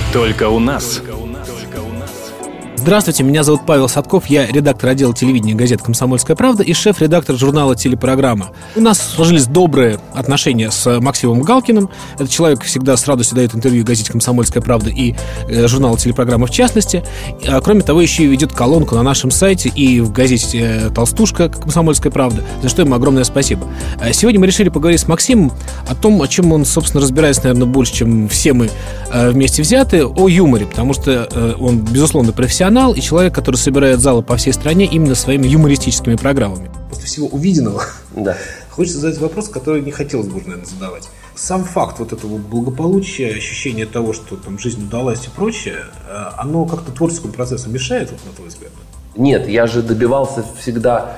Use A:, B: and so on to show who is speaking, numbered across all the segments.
A: Только у нас.
B: Здравствуйте, меня зовут Павел Садков, я редактор отдела телевидения газеты «Комсомольская правда» и шеф-редактор журнала «Телепрограмма». У нас сложились добрые отношения с Максимом Галкиным. Этот человек всегда с радостью дает интервью газете «Комсомольская правда» и журналу «Телепрограмма» в частности. Кроме того, еще и ведет колонку на нашем сайте и в газете «Толстушка» «Комсомольская правда», за что ему огромное спасибо. Сегодня мы решили поговорить с Максимом о том, о чем он, собственно, разбирается, наверное, больше, чем все мы вместе взяты, о юморе, потому что он, безусловно, профессионал и человек, который собирает залы по всей стране именно своими юмористическими программами. После всего увиденного хочется задать вопрос, который не хотелось бы, наверное, задавать. Сам факт вот этого благополучия, ощущение того, что там жизнь удалась и прочее, оно как-то творческому процессу мешает, вот, на твой взгляд?
C: Нет, я же добивался всегда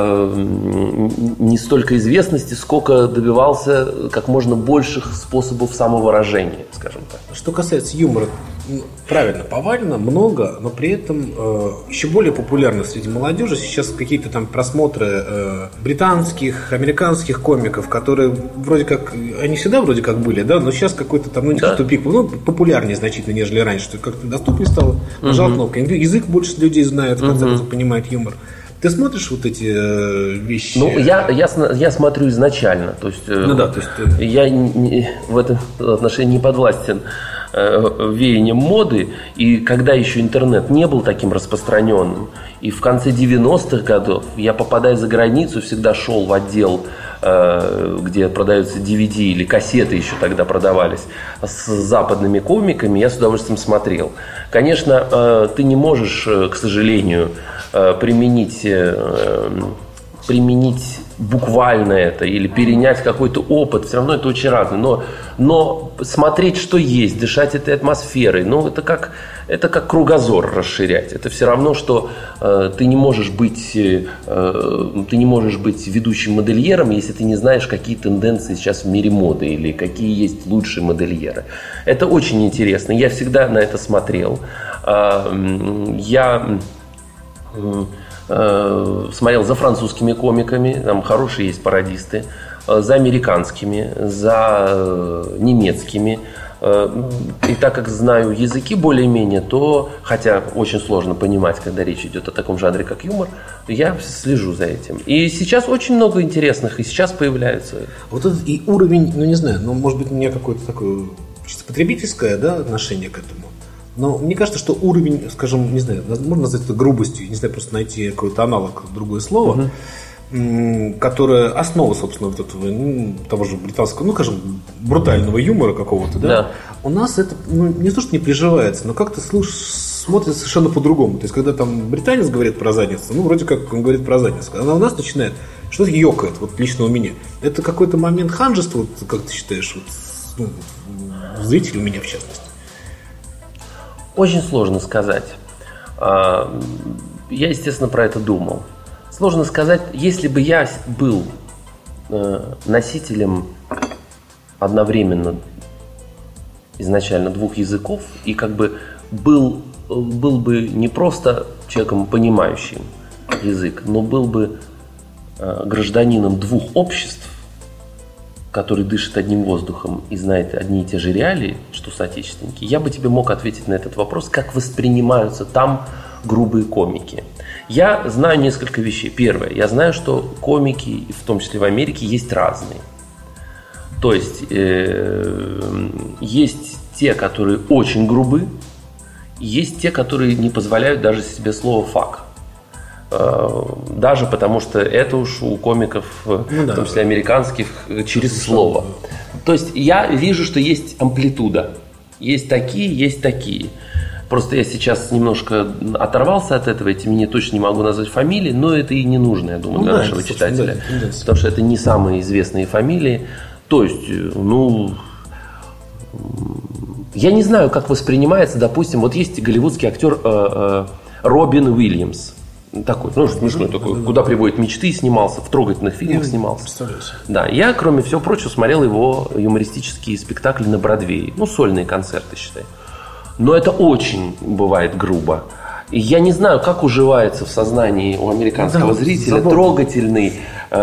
C: не столько известности, сколько добивался как можно больших способов самовыражения, скажем так.
B: Что касается юмора, правильно, повально, много, но при этом еще более популярны среди молодежи сейчас какие-то там просмотры британских, американских комиков, которые вроде как, они всегда вроде как были, да, но сейчас какой-то там, не тупик, популярнее значительно, нежели раньше, что как-то доступнее стало, нажал кнопку, язык больше людей знает, в конце концов понимает юмор. Ты смотришь вот эти вещи?
C: Ну, я смотрю изначально, то есть, я в этом отношении не подвластен веянием моды, и когда еще интернет не был таким распространенным, и в конце 90-х годов я, попадая за границу, всегда шел в отдел, где продаются DVD или кассеты еще тогда продавались, с западными комиками, я с удовольствием смотрел. Конечно, ты не можешь, к сожалению, применить буквально это или перенять какой-то опыт, все равно это очень разное. Но смотреть, что есть, дышать этой атмосферой, это как кругозор расширять. Это все равно, что ты не можешь быть ведущим модельером, если ты не знаешь, какие тенденции сейчас в мире моды или какие есть лучшие модельеры. Это очень интересно. Я всегда на это смотрел. Я смотрел за французскими комиками, там хорошие есть пародисты, за американскими, за немецкими. И так как знаю языки более-менее, то, хотя очень сложно понимать, когда речь идет о таком жанре, как юмор, я слежу за этим. И сейчас очень много интересных, и сейчас появляются.
B: Вот этот и уровень, не знаю, может быть, у меня какое-то такое чисто потребительское, отношение к этому. Но мне кажется, что уровень, скажем, не знаю, можно назвать это грубостью, не знаю, просто найти какой-то аналог, другое слово, которое основа, собственно, вот этого, того же британского, скажем, брутального юмора какого-то, да? У нас это, не то, что не приживается, но как-то смотрится совершенно по-другому. То есть, когда там британец говорит про задницу, вроде как он говорит про задницу. Когда у нас начинает, что-то ёкает, вот лично у меня. Это какой-то момент ханжества, вот, как ты считаешь, зритель у меня в частности?
C: Очень сложно сказать. Я, естественно, про это думал. Сложно сказать, если бы я был носителем одновременно изначально двух языков и был бы не просто человеком, понимающим язык, но был бы гражданином двух обществ, который дышит одним воздухом и знает одни и те же реалии, что соотечественники, я бы тебе мог ответить на этот вопрос, как воспринимаются там грубые комики. Я знаю несколько вещей. Первое, я знаю, что комики, в том числе в Америке, есть разные. То есть, есть те, которые очень грубы, есть те, которые не позволяют даже себе слово «фак». Даже потому, что это уж у комиков, в том числе американских, через слово. То есть я вижу, что есть амплитуда. Есть такие. Просто я сейчас немножко оторвался от этого, этим мне точно не могу назвать фамилии, но это и не нужно, я думаю, для нашего читателя. Потому что это не самые известные фамилии. То есть, я не знаю, как воспринимается, допустим, вот есть голливудский актер Робин Уильямс. Такой, смешной такой, «Куда приводят мечты» снимался, в трогательных фильмах снимался. Да, я, кроме всего прочего, смотрел его юмористические спектакли на Бродвее. Сольные концерты, считай. Но это очень бывает грубо. И я не знаю, как уживается в сознании у американского зрителя трогательный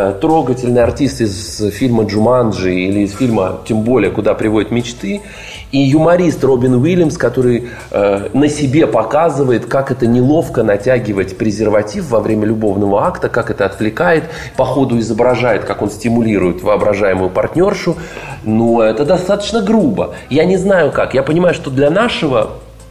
C: артист из фильма «Джуманджи» или из фильма, тем более, «Куда приводят мечты», И юморист Робин Уильямс, который на себе показывает, как это неловко натягивать презерватив во время любовного акта, как это отвлекает, по ходу изображает, как он стимулирует воображаемую партнершу. Но это достаточно грубо. Я не знаю как. Я понимаю, что для нашего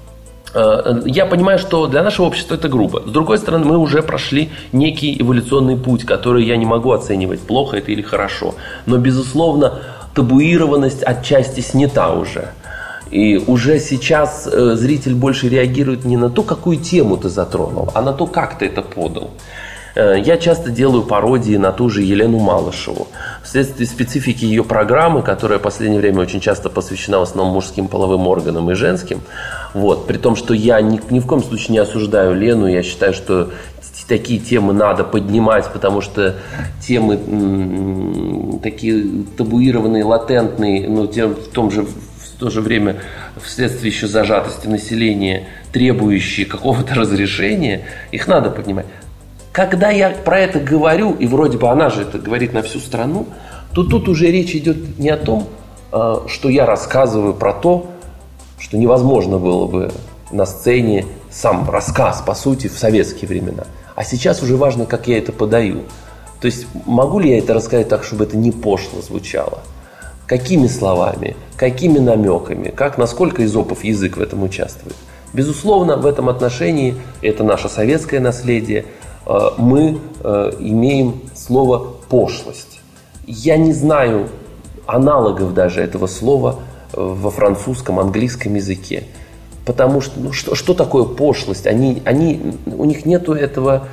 C: общества это грубо. С другой стороны, мы уже прошли некий эволюционный путь, который я не могу оценивать, плохо это или хорошо. Но, безусловно, табуированность отчасти снята уже. И уже сейчас зритель больше реагирует не на то, какую тему ты затронул, а на то, как ты это подал. Я часто делаю пародии на ту же Елену Малышеву. Вследствие специфики ее программы, которая в последнее время очень часто посвящена в основном мужским половым органам и женским. Вот. При том, что я ни в коем случае не осуждаю Лену. Я считаю, что такие темы надо поднимать, потому что темы такие табуированные, латентные, но в то же время вследствие еще зажатости населения, требующие какого-то разрешения, их надо поднимать. Когда я про это говорю, и вроде бы она же это говорит на всю страну, то тут уже речь идет не о том, что я рассказываю про то, что невозможно было бы на сцене сам рассказ, по сути, в советские времена. А сейчас уже важно, как я это подаю. То есть могу ли я это рассказать так, чтобы это не пошло звучало? Какими словами, какими намеками, насколько эзопов язык в этом участвует? Безусловно, в этом отношении, это наше советское наследие, мы имеем слово «пошлость». Я не знаю аналогов даже этого слова во французском, английском языке. Потому что, что такое пошлость? У них нету этого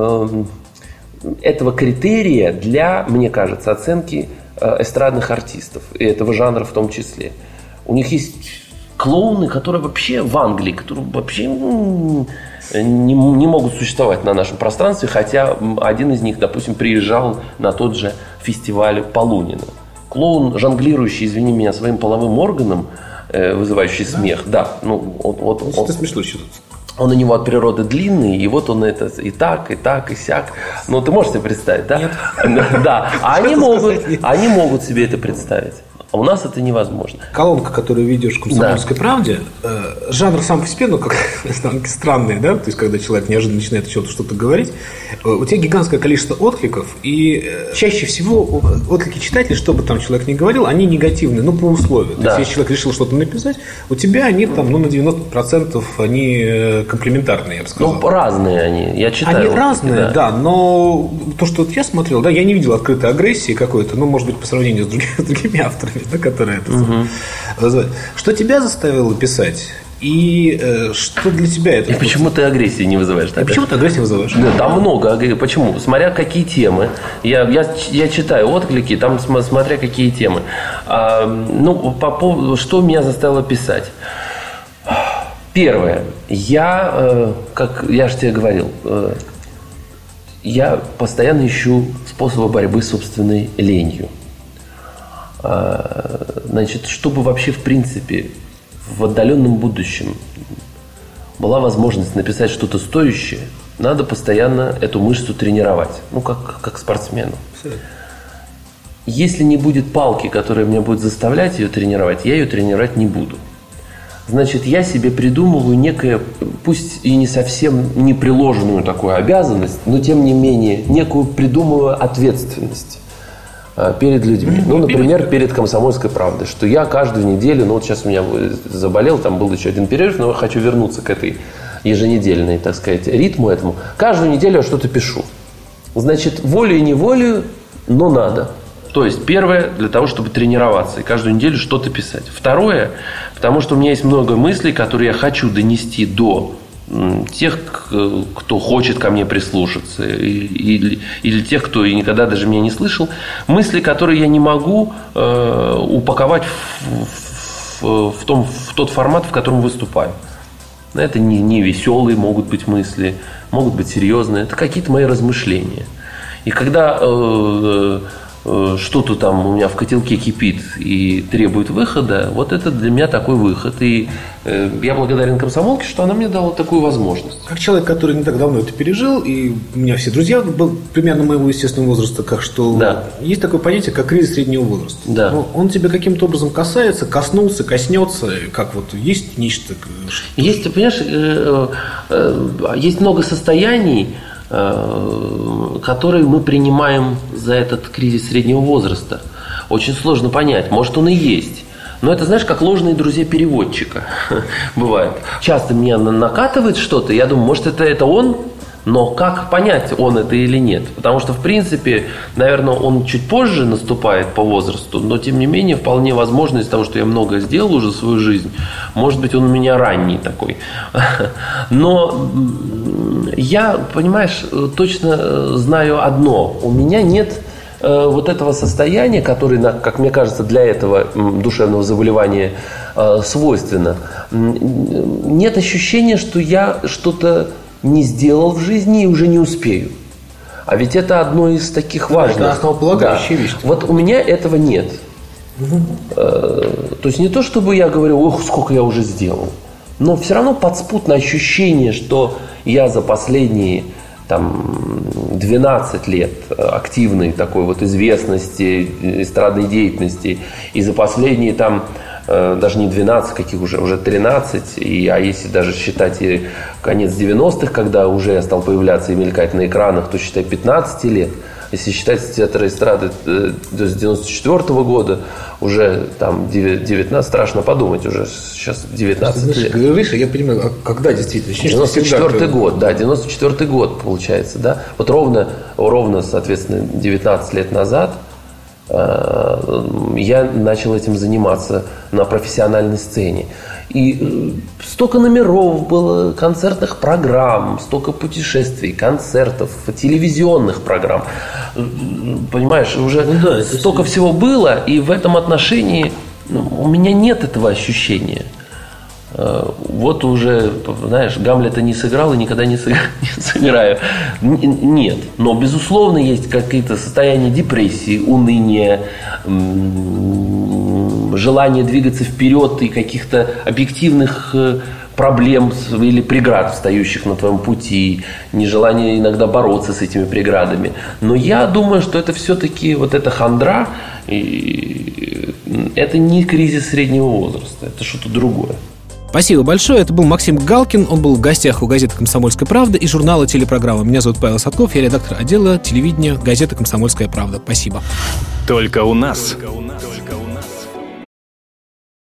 C: критерия для, мне кажется, оценки эстрадных артистов, и этого жанра в том числе. У них есть клоуны, которые вообще в Англии, которые вообще не могут существовать на нашем пространстве, хотя один из них, допустим, приезжал на тот же фестиваль Полунина. Клоун, жонглирующий, извини меня, своим половым органом, вызывающий смех. Да,
B: это смешно что-то.
C: Он у него от природы длинный, и вот он это и так, и сяк. Ну, ты можешь себе представить, да?
B: Нет.
C: Да, они могут себе это представить. А у нас это невозможно.
B: Колонка, которую ведешь в «Комсомольской правде», жанр сам по себе, как странный, да? То есть, когда человек неожиданно начинает что-то говорить, у тебя гигантское количество откликов, и чаще всего отклики читателей, что бы там человек ни говорил, они негативные, по условию. То есть, если человек решил что-то написать, у тебя они там, на 90% они комплиментарные, я бы сказал.
C: Разные они, я читаю.
B: Они разные, да, но то, что я смотрел, да, я не видел открытой агрессии какой-то, может быть, по сравнению с другими авторами, которые это вызывают. Что тебя заставило писать? И что для тебя это?
C: И почему ты агрессии не вызываешь тогда?
B: Почему ты агрессию вызываешь?
C: Да, там много. Почему? Смотря какие темы. Я читаю отклики, там смотря какие темы. По поводу, что меня заставило писать. Первое. Как я же тебе говорил, я постоянно ищу способы борьбы с собственной ленью. Значит, чтобы вообще в принципе в отдаленном будущем была возможность написать что-то стоящее, надо постоянно эту мышцу тренировать. Как спортсмену. Если не будет палки, которая меня будет заставлять ее тренировать, я ее тренировать не буду. Значит, я себе придумываю некое, пусть и не совсем непреложенную такую обязанность, но тем не менее некую придумываю ответственность перед людьми. Например, перед «Комсомольской правдой», что я каждую неделю, сейчас у меня заболел, там был еще один перерыв, но я хочу вернуться к этой еженедельной, так сказать, ритму этому. Каждую неделю я что-то пишу. Значит, волею-неволею, но надо. То есть, первое, для того, чтобы тренироваться и каждую неделю что-то писать. Второе, потому что у меня есть много мыслей, которые я хочу донести до тех, кто хочет ко мне прислушаться, или тех, кто и никогда даже меня не слышал, мысли, которые я не могу упаковать в тот формат, в котором выступаю. Это не веселые могут быть мысли, могут быть серьезные. Это какие-то мои размышления. И когда что-то там у меня в котелке кипит и требует выхода, вот это для меня такой выход. И я благодарен комсомолке, что она мне дала такую возможность.
B: Как человек, который не так давно это пережил, и у меня все друзья примерно моего естественного возраста, как что есть такое понятие, как кризис среднего возраста.
C: Да.
B: Но он тебя каким-то образом касается, коснулся, коснется, как вот есть нечто.
C: Есть, понимаешь, есть много состояний, которые мы принимаем за этот кризис среднего возраста. Очень сложно понять, может он и есть. Но это, знаешь, как ложные друзья переводчика бывает. Часто меня накатывает что-то, я думаю, может это он, но как понять, он это или нет? Потому что, в принципе, наверное, он чуть позже наступает по возрасту, но, тем не менее, вполне возможно, из-за того, что я много сделал уже в свою жизнь, может быть, он у меня ранний такой. Но я, понимаешь, точно знаю одно. У меня нет вот этого состояния, которое, как мне кажется, для этого душевного заболевания свойственно. Нет ощущения, что я что-то не сделал в жизни и уже не успею. А ведь это одно из таких важных.
B: Это основополагающая вещь.
C: Вот у меня этого нет. То есть не то, чтобы я говорю, ох, сколько я уже сделал. Но все равно подспутное ощущение, что я за последние 12 лет активной такой вот известности, эстрадной деятельности, и за последние даже не 12, каких уже 13, а если даже считать и конец 90-х, когда уже я стал появляться и мелькать на экранах, то считай 15 лет. Если считать с театра эстрады с 94 года, уже 19, страшно подумать, уже сейчас 19 лет.
B: Говоришь, я понимаю, а когда действительно?
C: 94 год, 94 год получается, да. Вот ровно, соответственно, 19 лет назад я начал этим заниматься на профессиональной сцене. И столько номеров было, концертных программ, столько путешествий, концертов, телевизионных программ. Понимаешь, уже столько всего было, и в этом отношении у меня нет этого ощущения. Вот уже, знаешь, Гамлета не сыграл и никогда не сыграю. Нет. Но, безусловно, есть какие-то состояния депрессии, уныния, желание двигаться вперед и каких-то объективных проблем или преград, встающих на твоем пути, нежелание иногда бороться с этими преградами. Но я думаю, что это все-таки вот эта хандра, и это не кризис среднего возраста, это что-то другое.
B: Спасибо большое. Это был Максим Галкин. Он был в гостях у газеты «Комсомольская правда» и журнала «Телепрограмма». Меня зовут Павел Садков. Я редактор отдела телевидения газеты «Комсомольская правда». Спасибо.
A: Только у нас.